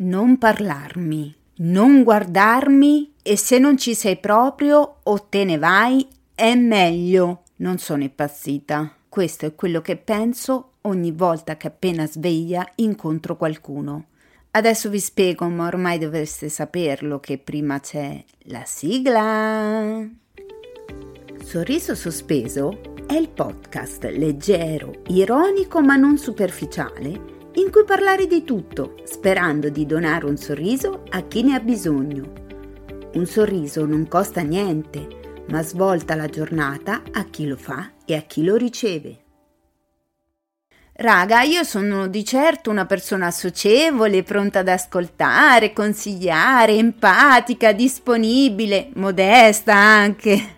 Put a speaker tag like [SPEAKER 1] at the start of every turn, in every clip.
[SPEAKER 1] Non parlarmi, non guardarmi e se non ci sei proprio o te ne vai è meglio. Non sono impazzita. Questo è quello che penso ogni volta che appena sveglia incontro qualcuno. Adesso vi spiego, ma ormai dovreste saperlo che prima c'è la sigla. Sorriso sospeso è il podcast leggero, ironico ma non superficiale in cui parlare di tutto, sperando di donare un sorriso a chi ne ha bisogno. Un sorriso non costa niente, ma svolta la giornata a chi lo fa e a chi lo riceve. Raga, io sono di certo una persona socievole, pronta ad ascoltare, consigliare, empatica, disponibile, modesta anche.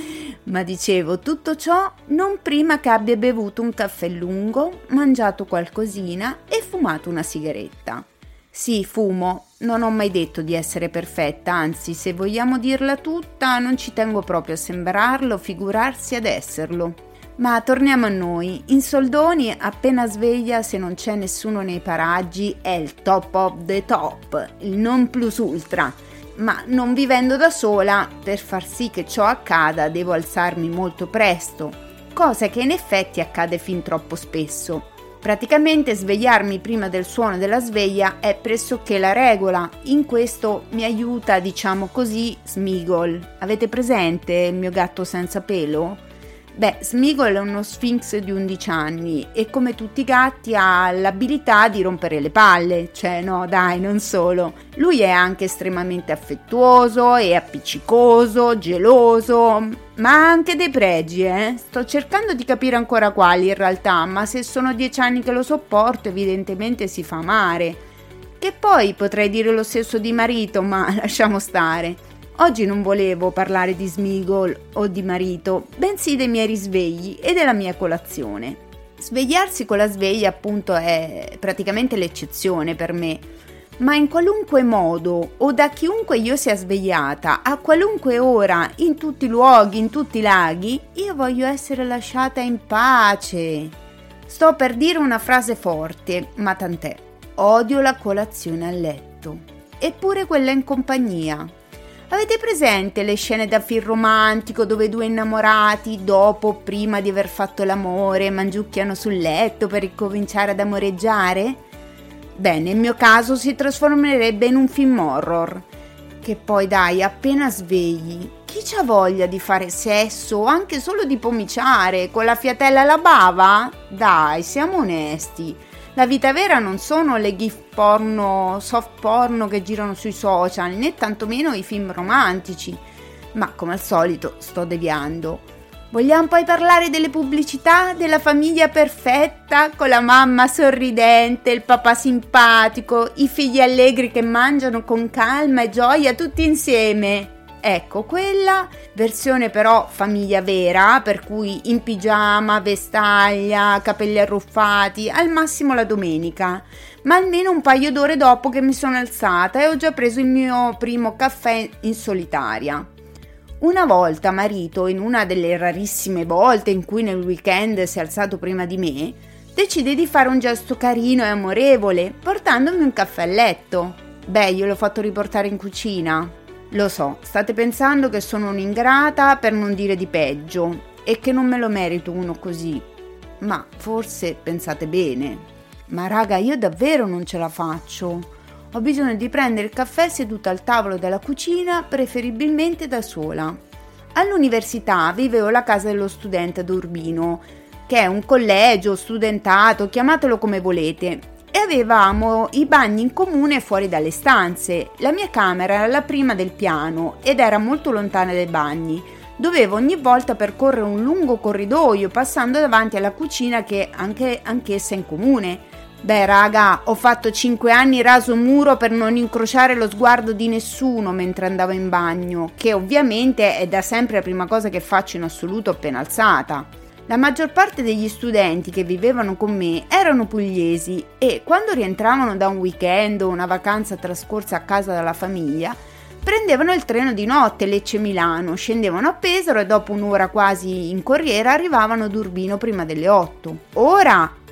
[SPEAKER 1] Ma dicevo tutto ciò non prima che abbia bevuto un caffè lungo, mangiato qualcosina e fumato una sigaretta. Sì, fumo, non ho mai detto di essere perfetta, anzi, se vogliamo dirla tutta, non ci tengo proprio a sembrarlo, figurarsi ad esserlo. Ma torniamo a noi. In soldoni, appena sveglia, se non c'è nessuno nei paraggi, è il top of the top, il non plus ultra. Ma non vivendo da sola, per far sì che ciò accada devo alzarmi molto presto, cosa che in effetti accade fin troppo spesso. Praticamente svegliarmi prima del suono della sveglia è pressoché la regola. In questo mi aiuta, diciamo così, Smigol. Avete presente il mio gatto senza pelo? Beh, Smigol è uno Sfinx di 11 anni e come tutti i gatti ha l'abilità di rompere le palle, cioè no dai, non solo. Lui è anche estremamente affettuoso e appiccicoso, geloso, ma ha anche dei pregi, Sto cercando di capire ancora quali in realtà, ma se sono 10 anni che lo sopporto evidentemente si fa amare. Che poi potrei dire lo stesso di marito, ma lasciamo stare. Oggi non volevo parlare di Smigol o di marito, bensì dei miei risvegli e della mia colazione. Svegliarsi con la sveglia appunto è praticamente l'eccezione per me, ma in qualunque modo o da chiunque io sia svegliata, a qualunque ora, in tutti i luoghi, in tutti i laghi, io voglio essere lasciata in pace. Sto per dire una frase forte, ma tant'è. Odio la colazione a letto, eppure quella in compagnia. Avete presente le scene da film romantico dove due innamorati, dopo o prima di aver fatto l'amore, mangiucchiano sul letto per ricominciare ad amoreggiare? Beh, nel mio caso si trasformerebbe in un film horror. Che poi dai, appena svegli, chi c'ha voglia di fare sesso o anche solo di pomiciare con la fiatella alla bava? Dai, siamo onesti. La vita vera non sono le gif porno, soft porno che girano sui social, né tantomeno i film romantici. Ma come al solito sto deviando. Vogliamo poi parlare delle pubblicità, della famiglia perfetta, con la mamma sorridente, il papà simpatico, i figli allegri che mangiano con calma e gioia tutti insieme. Ecco, quella versione però famiglia vera, per cui in pigiama, vestaglia, capelli arruffati, al massimo la domenica, ma almeno un paio d'ore dopo che mi sono alzata e ho già preso il mio primo caffè in solitaria. Una volta marito, in una delle rarissime volte in cui nel weekend si è alzato prima di me, decide di fare un gesto carino e amorevole, portandomi un caffè a letto. Beh, io l'ho fatto riportare in cucina. Lo so, state pensando che sono un'ingrata per non dire di peggio e che non me lo merito uno così, ma forse pensate bene. Ma raga, io davvero non ce la faccio. Ho bisogno di prendere il caffè seduta al tavolo della cucina, preferibilmente da sola. All'università vivevo alla casa dello studente ad Urbino, che è un collegio, studentato, chiamatelo come volete. E avevamo i bagni in comune fuori dalle stanze. La mia camera era la prima del piano ed era molto lontana dai bagni. Dovevo ogni volta percorrere un lungo corridoio passando davanti alla cucina che anch'essa in comune. Beh raga, ho fatto 5 anni raso muro per non incrociare lo sguardo di nessuno mentre andavo in bagno, che ovviamente è da sempre la prima cosa che faccio in assoluto appena alzata. La maggior parte degli studenti che vivevano con me erano pugliesi e quando rientravano da un weekend o una vacanza trascorsa a casa dalla famiglia prendevano il treno di notte Lecce-Milano, scendevano a Pesaro e dopo un'ora quasi in corriera arrivavano ad Urbino prima delle 8. Ora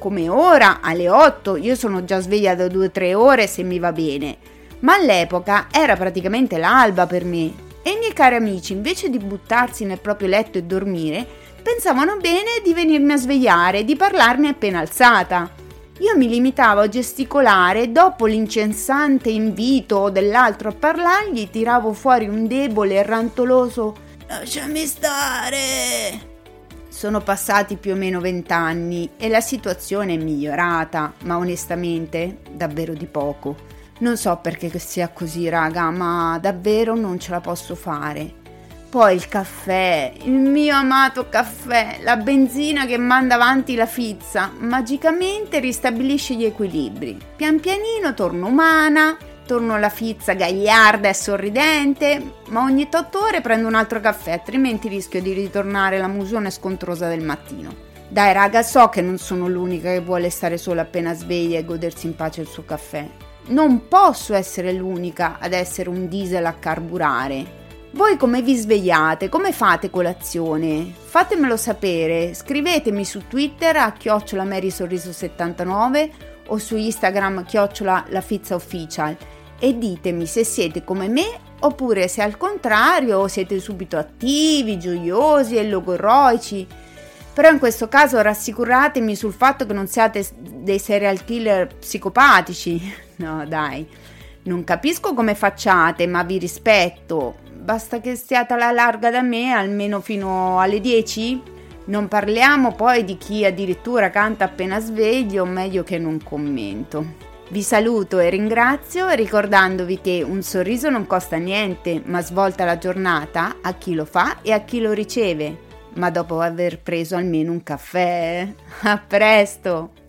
[SPEAKER 1] come ora alle 8 io sono già sveglia da 2-3 ore se mi va bene, ma all'epoca era praticamente l'alba per me e i miei cari amici, invece di buttarsi nel proprio letto e dormire, pensavano bene di venirmi a svegliare, di parlarmi appena alzata. Io mi limitavo a gesticolare e dopo l'incessante invito dell'altro a parlargli tiravo fuori un debole e rantoloso «Lasciami stare!». Sono passati più o meno 20 anni e la situazione è migliorata, ma onestamente davvero di poco. Non so perché sia così, raga, ma davvero non ce la posso fare. Poi il caffè, il mio amato caffè, la benzina che manda avanti la fizza, magicamente ristabilisce gli equilibri. Pian pianino torno umana, torno alla fizza gagliarda e sorridente, ma ogni 8 ore prendo un altro caffè, altrimenti rischio di ritornare la musone scontrosa del mattino. Dai raga, so che non sono l'unica che vuole stare sola appena sveglia e godersi in pace il suo caffè. Non posso essere l'unica ad essere un diesel a carburare. Voi come vi svegliate? Come fate colazione? Fatemelo sapere, scrivetemi su Twitter a @marysorriso79 o su Instagram @lafizzaofficial e ditemi se siete come me oppure se al contrario siete subito attivi, gioiosi e logorroici. Però in questo caso rassicuratemi sul fatto che non siate dei serial killer psicopatici. No dai, non capisco come facciate, ma vi rispetto. Basta che stiate alla larga da me almeno fino alle 10? Non parliamo poi di chi addirittura canta appena sveglio, meglio che non commento. Vi saluto e ringrazio ricordandovi che un sorriso non costa niente, ma svolta la giornata a chi lo fa e a chi lo riceve, ma dopo aver preso almeno un caffè. A presto!